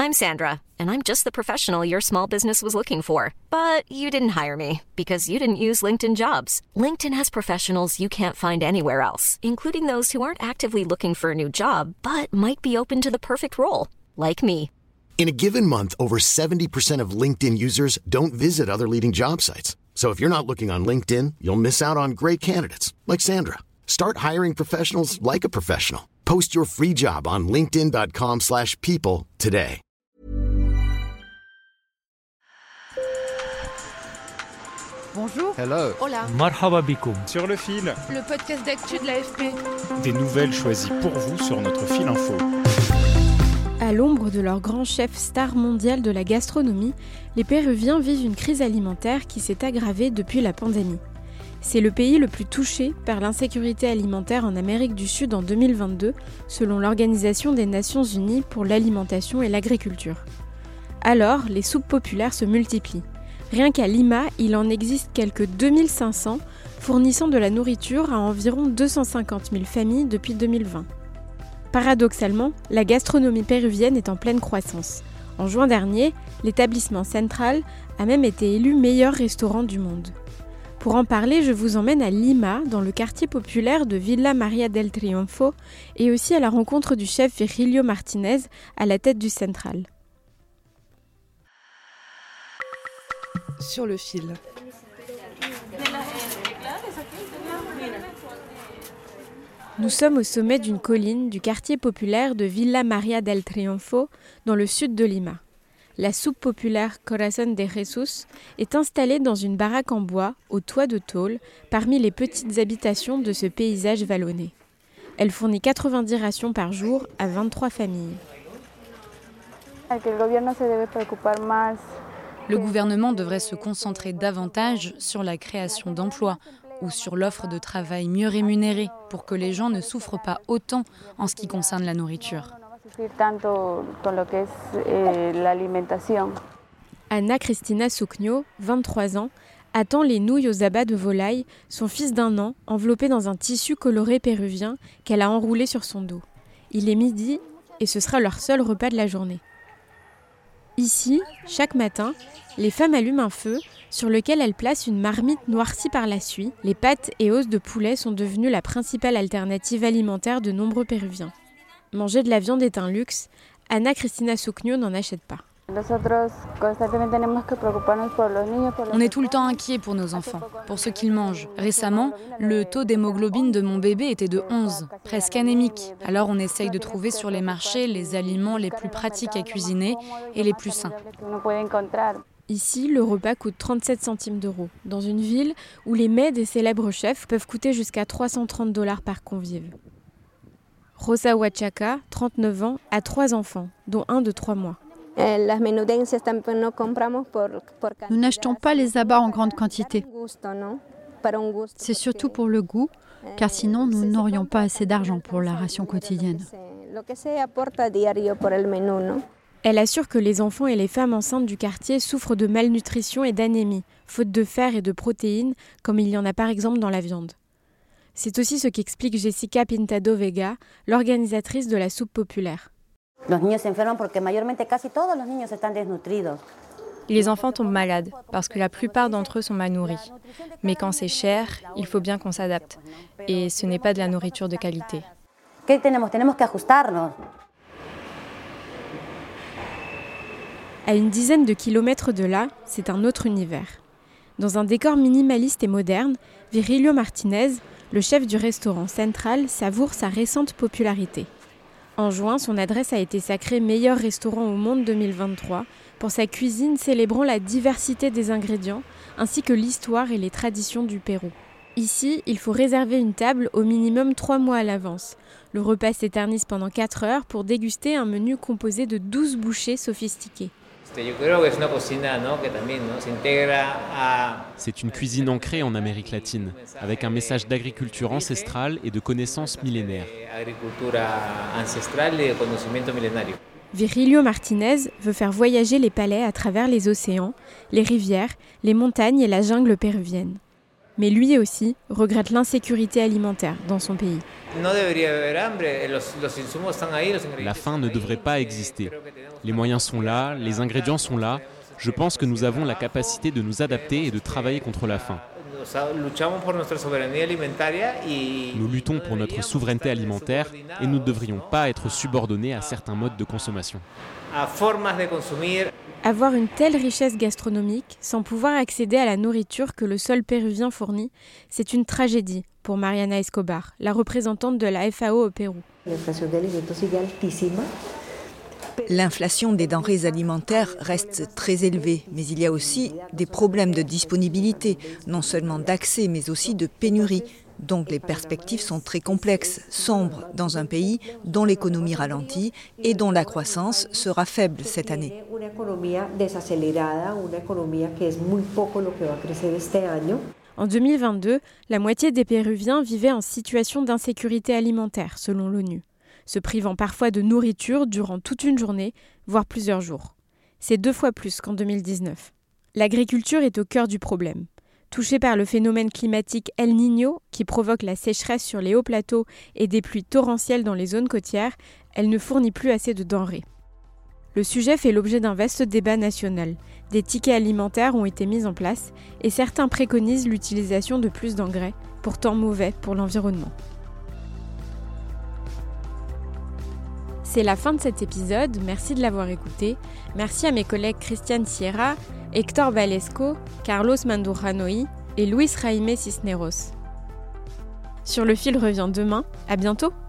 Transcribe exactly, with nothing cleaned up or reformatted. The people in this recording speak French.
I'm Sandra, and I'm just the professional your small business was looking for. But you didn't hire me because you didn't use LinkedIn Jobs. LinkedIn has professionals you can't find anywhere else, including those who aren't actively looking for a new job, but might be open to the perfect role, like me. In a given month, over seventy percent of LinkedIn users don't visit other leading job sites. So if you're not looking on LinkedIn, you'll miss out on great candidates like Sandra. Start hiring professionals like a professional. Post your free job on linkedin.com slash people today. Bonjour. Hello. Hola. Marhaba bikoum. Sur le fil. Le podcast d'actu de l'A F P. Des nouvelles choisies pour vous sur notre fil info. À l'ombre de leur grand chef star mondial de la gastronomie, les Péruviens vivent une crise alimentaire qui s'est aggravée depuis la pandémie. C'est le pays le plus touché par l'insécurité alimentaire en Amérique du Sud en deux mille vingt-deux, selon l'Organisation des Nations Unies pour l'alimentation et l'agriculture. Alors, les soupes populaires se multiplient. Rien qu'à Lima, il en existe quelques deux mille cinq cents, fournissant de la nourriture à environ deux cent cinquante mille familles depuis deux mille vingt. Paradoxalement, la gastronomie péruvienne est en pleine croissance. En juin dernier, l'établissement Central a même été élu meilleur restaurant du monde. Pour en parler, je vous emmène à Lima, dans le quartier populaire de Villa María del Triunfo, et aussi à la rencontre du chef Virgilio Martinez à la tête du Central. Sur le fil. Nous sommes au sommet d'une colline du quartier populaire de Villa María del Triunfo, dans le sud de Lima. La soupe populaire Corazón de Jesús est installée dans une baraque en bois, au toit de tôle, parmi les petites habitations de ce paysage vallonné. Elle fournit quatre-vingt-dix rations par jour à vingt-trois familles. Le gouvernement devrait se concentrer davantage sur la création d'emplois ou sur l'offre de travail mieux rémunérée pour que les gens ne souffrent pas autant en ce qui concerne la nourriture. Ana Cristina Sucño, vingt-trois ans, attend les nouilles aux abats de volaille, son fils d'un an, enveloppé dans un tissu coloré péruvien qu'elle a enroulé sur son dos. Il est midi et ce sera leur seul repas de la journée. Ici, chaque matin, les femmes allument un feu sur lequel elles placent une marmite noircie par la suie. Les pâtes et os de poulet sont devenues la principale alternative alimentaire de nombreux Péruviens. Manger de la viande est un luxe, Ana Cristina Sucño n'en achète pas. On est tout le temps inquiet pour nos enfants, pour ce qu'ils mangent. Récemment, le taux d'hémoglobine de mon bébé était de onze, presque anémique. Alors on essaye de trouver sur les marchés les aliments les plus pratiques à cuisiner et les plus sains. Ici, le repas coûte trente-sept centimes d'euros, dans une ville où les mets des célèbres chefs peuvent coûter jusqu'à trois cent trente dollars par convive. Rosa Huachaca, trente-neuf ans, a trois enfants, dont un de trois mois. Nous n'achetons pas les abats en grande quantité. C'est surtout pour le goût, car sinon nous n'aurions pas assez d'argent pour la ration quotidienne. Elle assure que les enfants et les femmes enceintes du quartier souffrent de malnutrition et d'anémie, faute de fer et de protéines, comme il y en a par exemple dans la viande. C'est aussi ce qu'explique Jessica Pintado Vega, l'organisatrice de la soupe populaire. Les enfants tombent malades parce que la plupart d'entre eux sont mal nourris. Mais quand c'est cher, il faut bien qu'on s'adapte. Et ce n'est pas de la nourriture de qualité. À une dizaine de kilomètres de là, c'est un autre univers. Dans un décor minimaliste et moderne, Virgilio Martinez, le chef du restaurant Central, savoure sa récente popularité. En juin, son adresse a été sacrée meilleur restaurant au monde deux mille vingt-trois pour sa cuisine célébrant la diversité des ingrédients ainsi que l'histoire et les traditions du Pérou. Ici, il faut réserver une table au minimum trois mois à l'avance. Le repas s'éternise pendant quatre heures pour déguster un menu composé de douze bouchées sophistiquées. C'est une cuisine ancrée en Amérique latine, avec un message d'agriculture ancestrale et de connaissances millénaires. Virgilio Martinez veut faire voyager les palais à travers les océans, les rivières, les montagnes et la jungle péruvienne. Mais lui aussi regrette l'insécurité alimentaire dans son pays. La faim ne devrait pas exister. Les moyens sont là, les ingrédients sont là. Je pense que nous avons la capacité de nous adapter et de travailler contre la faim. Nous luttons pour notre souveraineté alimentaire et nous ne devrions pas être subordonnés à certains modes de consommation. Avoir une telle richesse gastronomique sans pouvoir accéder à la nourriture que le sol péruvien fournit, c'est une tragédie pour Mariana Escobar, la représentante de la F A O au Pérou. L'inflation des denrées alimentaires reste très élevée, mais il y a aussi des problèmes de disponibilité, non seulement d'accès, mais aussi de pénurie. Donc les perspectives sont très complexes, sombres dans un pays dont l'économie ralentit et dont la croissance sera faible cette année. En deux mille vingt-deux, la moitié des Péruviens vivaient en situation d'insécurité alimentaire, selon l'ONU, se privant parfois de nourriture durant toute une journée, voire plusieurs jours. C'est deux fois plus qu'en deux mille dix-neuf. L'agriculture est au cœur du problème. Touchée par le phénomène climatique El Niño, qui provoque la sécheresse sur les hauts plateaux et des pluies torrentielles dans les zones côtières, elle ne fournit plus assez de denrées. Le sujet fait l'objet d'un vaste débat national. Des tickets alimentaires ont été mis en place et certains préconisent l'utilisation de plus d'engrais, pourtant mauvais pour l'environnement. C'est la fin de cet épisode, merci de l'avoir écouté. Merci à mes collègues Christiane Sierra, Héctor Valesco, Carlos Mandujanoy et Luis Jaime Cisneros. Sur le fil revient demain, à bientôt!